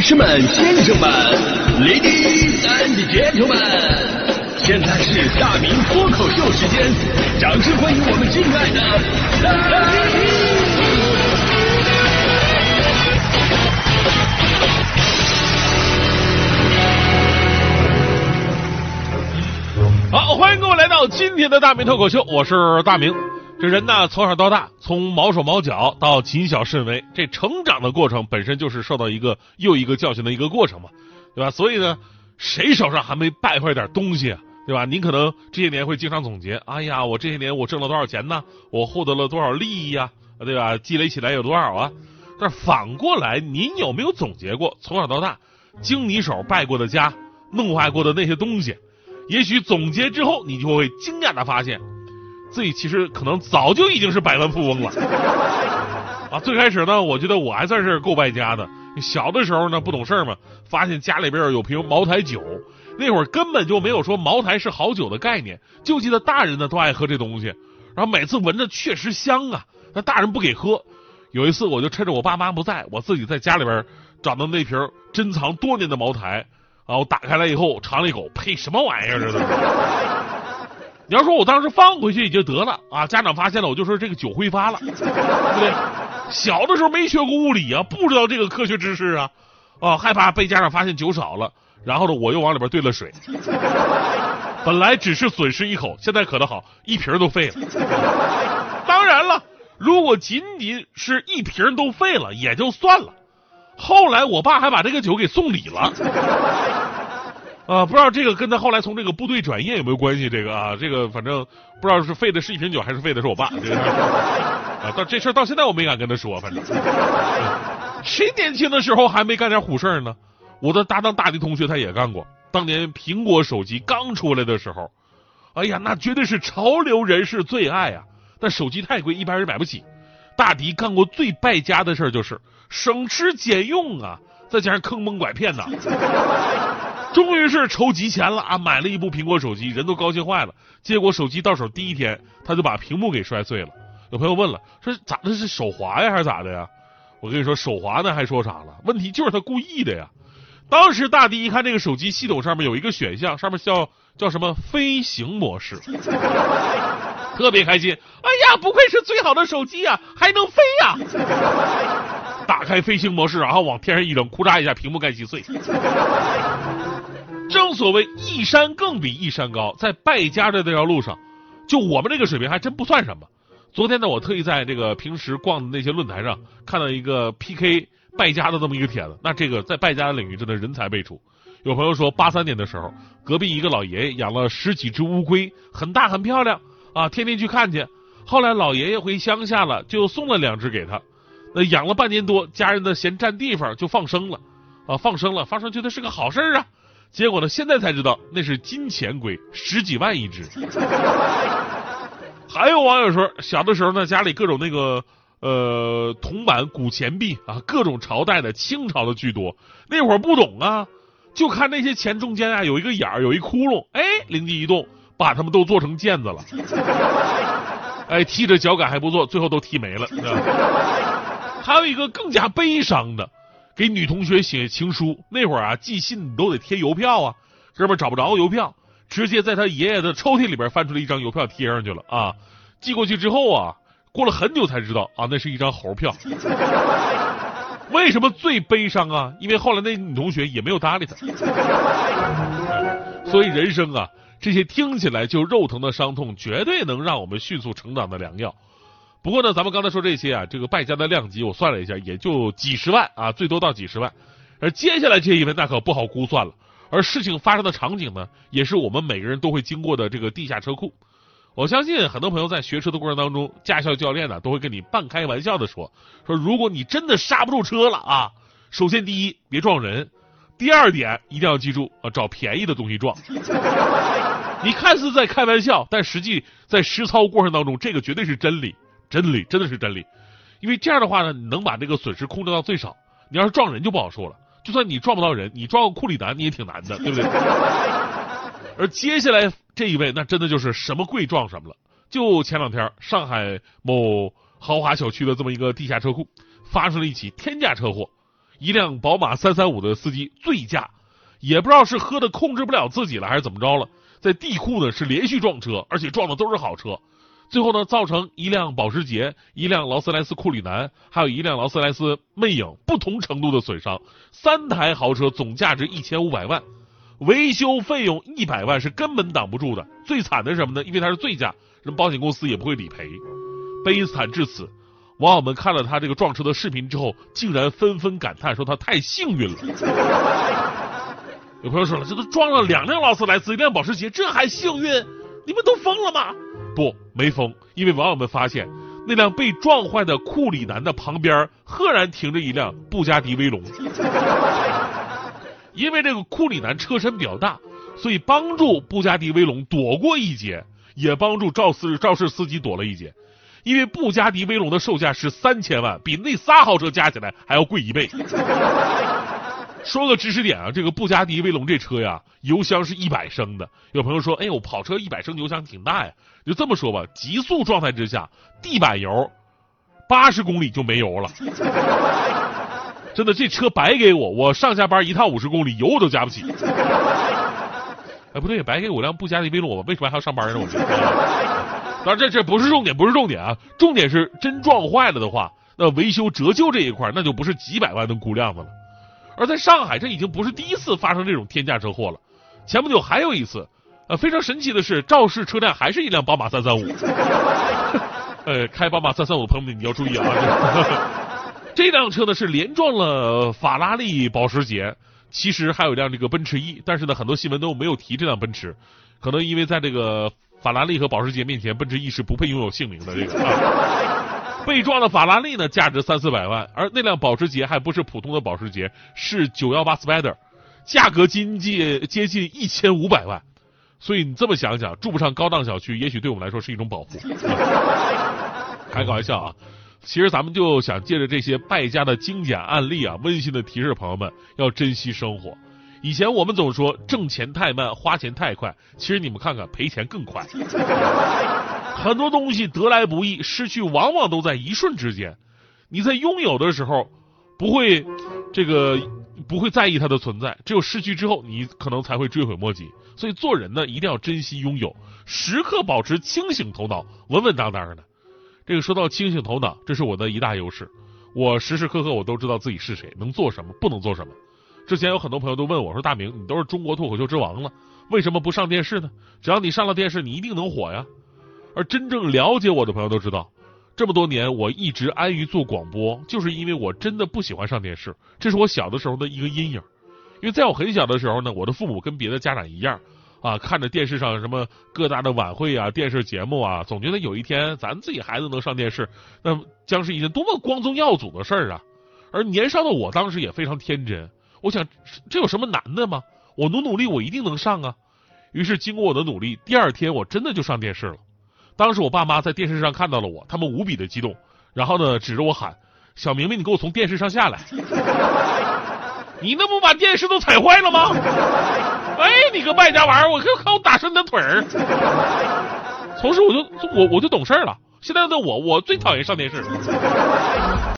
士们、先生们 ，Ladies and Gentlemen， 现在是大明脱口秀时间，掌声欢迎我们敬爱的大明！ 好，欢迎各位来到今天的大明脱口秀，我是大明。这人呢，从小到大，从毛手毛脚到谨小慎微，这成长的过程本身就是受到一个又一个教训的一个过程嘛，对吧？所以呢，谁手上还没败坏点东西啊，对吧？您可能这些年会经常总结，哎呀，我这些年我挣了多少钱呢？我获得了多少利益呀？对吧？积累起来有多少啊？但是反过来，您有没有总结过从小到大经你手败过的家，弄坏过的那些东西？也许总结之后，你就会惊讶的发现，自己其实可能早就已经是百万富翁了。啊，最开始呢，我觉得我还算是够败家的。小的时候呢，不懂事嘛，发现家里边有瓶茅台酒，那会儿根本就没有说茅台是好酒的概念，就记得大人呢都爱喝这东西，然后每次闻着确实香啊，那大人不给喝。有一次我就趁着我爸妈不在，我自己在家里边找到那瓶珍藏多年的茅台。啊！我打开来以后尝了一口，呸，什么玩意儿这都！你要说我当时放回去也就得了啊，家长发现了我就说这个酒挥发了，对不对？小的时候没学过物理啊，不知道这个科学知识啊，害怕被家长发现酒少了，然后呢我又往里边兑了水，本来只是损失一口，现在可得好，一瓶都废了。当然了，如果仅仅是一瓶都废了也就算了。后来我爸还把这个酒给送礼了，不知道这个跟他后来从这个部队转业有没有关系？这个啊，这个反正不知道是废的是一瓶酒还是废的是我爸。这个到这事到现在我没敢跟他说，反正谁年轻的时候还没干点虎事呢？我的搭档大迪同学他也干过。当年苹果手机刚出来的时候，哎呀，那绝对是潮流人士最爱啊！但手机太贵，一般人买不起。大迪干过最败家的事就是省吃俭用啊，再加上坑蒙拐骗呐，终于是筹集钱了啊，买了一部苹果手机，人都高兴坏了。结果手机到手第一天，他就把屏幕给摔碎了。有朋友问了，说咋的，是手滑呀还是咋的呀？我跟你说，手滑呢还说啥了？问题就是他故意的呀。当时大迪一看这个手机系统上面有一个选项，上面叫什么飞行模式。特别开心，哎呀，不愧是最好的手机啊，还能飞呀！打开飞行模式，然后往天上一扔，库嚓一下，屏幕盖击碎。正所谓一山更比一山高，在败家的这条路上，就我们这个水平还真不算什么。昨天呢，我特意在这个平时逛的那些论坛上看到一个 PK 败家的这么一个帖子，那这个在败家的领域真的人才辈出。有朋友说83年的时候，隔壁一个老爷爷养了10几只乌龟，很大很漂亮啊，天天去看去。后来老爷爷回乡下了，就送了2只给他。养了半年多，家人呢嫌占地方，就放生了啊，放生觉得是个好事啊。结果呢，现在才知道那是金钱龟，10几万一只。还有网友说，小的时候呢，家里各种那个铜板古钱币啊，各种朝代的，清朝的居多。那会儿不懂啊，就看那些钱中间啊有一个眼儿，有一窟窿，哎，灵机一动，把他们都做成毽子了。哎，踢着脚感还不错，最后都踢没了。还有一个更加悲伤的，给女同学写情书。那会儿啊，寄信你都得贴邮票啊，哥们找不着邮票，直接在他爷爷的抽屉里边翻出了一张邮票贴上去了啊。寄过去之后啊，过了很久才知道啊，那是一张猴票。为什么最悲伤啊？因为后来那女同学也没有搭理他。所以人生啊，这些听起来就肉疼的伤痛，绝对能让我们迅速成长的良药。不过呢，咱们刚才说这些啊，这个败家的量级我算了一下，也就几十万啊，最多到几十万。而接下来这一位那可不好估算了。而事情发生的场景呢，也是我们每个人都会经过的这个地下车库。我相信很多朋友在学车的过程当中，驾校教练呢都会跟你半开玩笑的说，如果你真的刹不住车了啊，首先第一别撞人，第二点一定要记住啊，找便宜的东西撞。你看似在开玩笑，但实际在实操过程当中，这个绝对是真理，真的是真理。因为这样的话呢，你能把这个损失控制到最少。你要是撞人就不好说了，就算你撞不到人，你撞个库里南你也挺难的，对不对？而接下来这一位，那真的就是什么贵撞什么了。就前2天，上海某豪华小区的这么一个地下车库发生了一起天价车祸， 一辆宝马335的司机醉驾，也不知道是喝的控制不了自己了还是怎么着了，在地库呢是连续撞车，而且撞的都是好车。最后呢，造成一辆保时捷、一辆劳斯莱斯库里南，还有一辆劳斯莱斯魅影不同程度的损伤，3台豪车总价值1500万，维修费用100万是根本挡不住的。最惨的是什么呢？因为他是醉驾，人保险公司也不会理赔。悲惨至此，网友们看了他这个撞车的视频之后，竟然纷纷感叹说他太幸运了。有朋友说了，这都撞了2辆劳斯莱斯，1辆保时捷，这还幸运？你们都疯了吗？不，没疯，因为网友们发现那辆被撞坏的库里南的旁边赫然停着一辆布加迪威龙。因为这个库里南车身比较大，所以帮助布加迪威龙躲过一劫，也帮助肇事司机躲了一劫。因为布加迪威龙的售价是3000万，比那仨豪车加起来还要贵1倍。说个知识点啊，这个布加迪威龙这车呀，油箱是100升的。有朋友说，哎呦，跑车100升油箱挺大呀。就这么说吧，极速状态之下，地板油80公里就没油了。真的，这车白给我上下班一趟50公里，油我都加不起。哎，不对，白给我辆布加迪威龙，我为什么还要上班呢？我当然这不是重点，不是重点啊，重点是真撞坏了的话，那维修折旧这一块那就不是几百万的估量的了。而在上海，这已经不是第一次发生这种天价车祸了。前不久还有一次，非常神奇的是，肇事车辆还是一辆宝马335。开宝马335的朋友们，你要注意啊！这辆车呢是连撞了法拉利、保时捷，其实还有一辆这个奔驰E，但是呢，很多新闻都没有提这辆奔驰，可能因为在这个法拉利和保时捷面前，奔驰E是不配拥有姓名的这个。被撞的法拉利呢，价值300-400万，而那辆保时捷还不是普通的保时捷，是918 Spider， 价格接近1500万。所以你这么想想，住不上高档小区，也许对我们来说是一种保护。开个玩笑啊！其实咱们就想借着这些败家的经典案例啊，温馨的提示朋友们要珍惜生活。以前我们总说挣钱太慢，花钱太快，其实你们看看赔钱更快。很多东西得来不易，失去往往都在一瞬之间。你在拥有的时候不会在意它的存在，只有失去之后你可能才会追悔莫及。所以做人呢，一定要珍惜拥有，时刻保持清醒头脑，稳稳当当的。这个说到清醒头脑，这是我的一大优势，我时时刻刻我都知道自己是谁，能做什么，不能做什么。之前有很多朋友都问我说，大明，你都是中国脱口秀之王了，为什么不上电视呢？只要你上了电视，你一定能火呀。而真正了解我的朋友都知道，这么多年我一直安于做广播，就是因为我真的不喜欢上电视，这是我小的时候的一个阴影。因为在我很小的时候呢，我的父母跟别的家长一样啊，看着电视上什么各大的晚会啊、电视节目啊，总觉得有一天咱自己孩子能上电视，那将是一件多么光宗耀祖的事儿啊。而年少的我当时也非常天真，我想这有什么难的吗？我努力我一定能上啊。于是经过我的努力，第2天我真的就上电视了。当时我爸妈在电视上看到了我，他们无比的激动，然后呢指着我喊，小明明，你给我从电视上下来。你那不把电视都踩坏了吗？哎，你个败家玩意儿，我看我打折你的腿儿。从此我就懂事了。现在的我最讨厌上电视。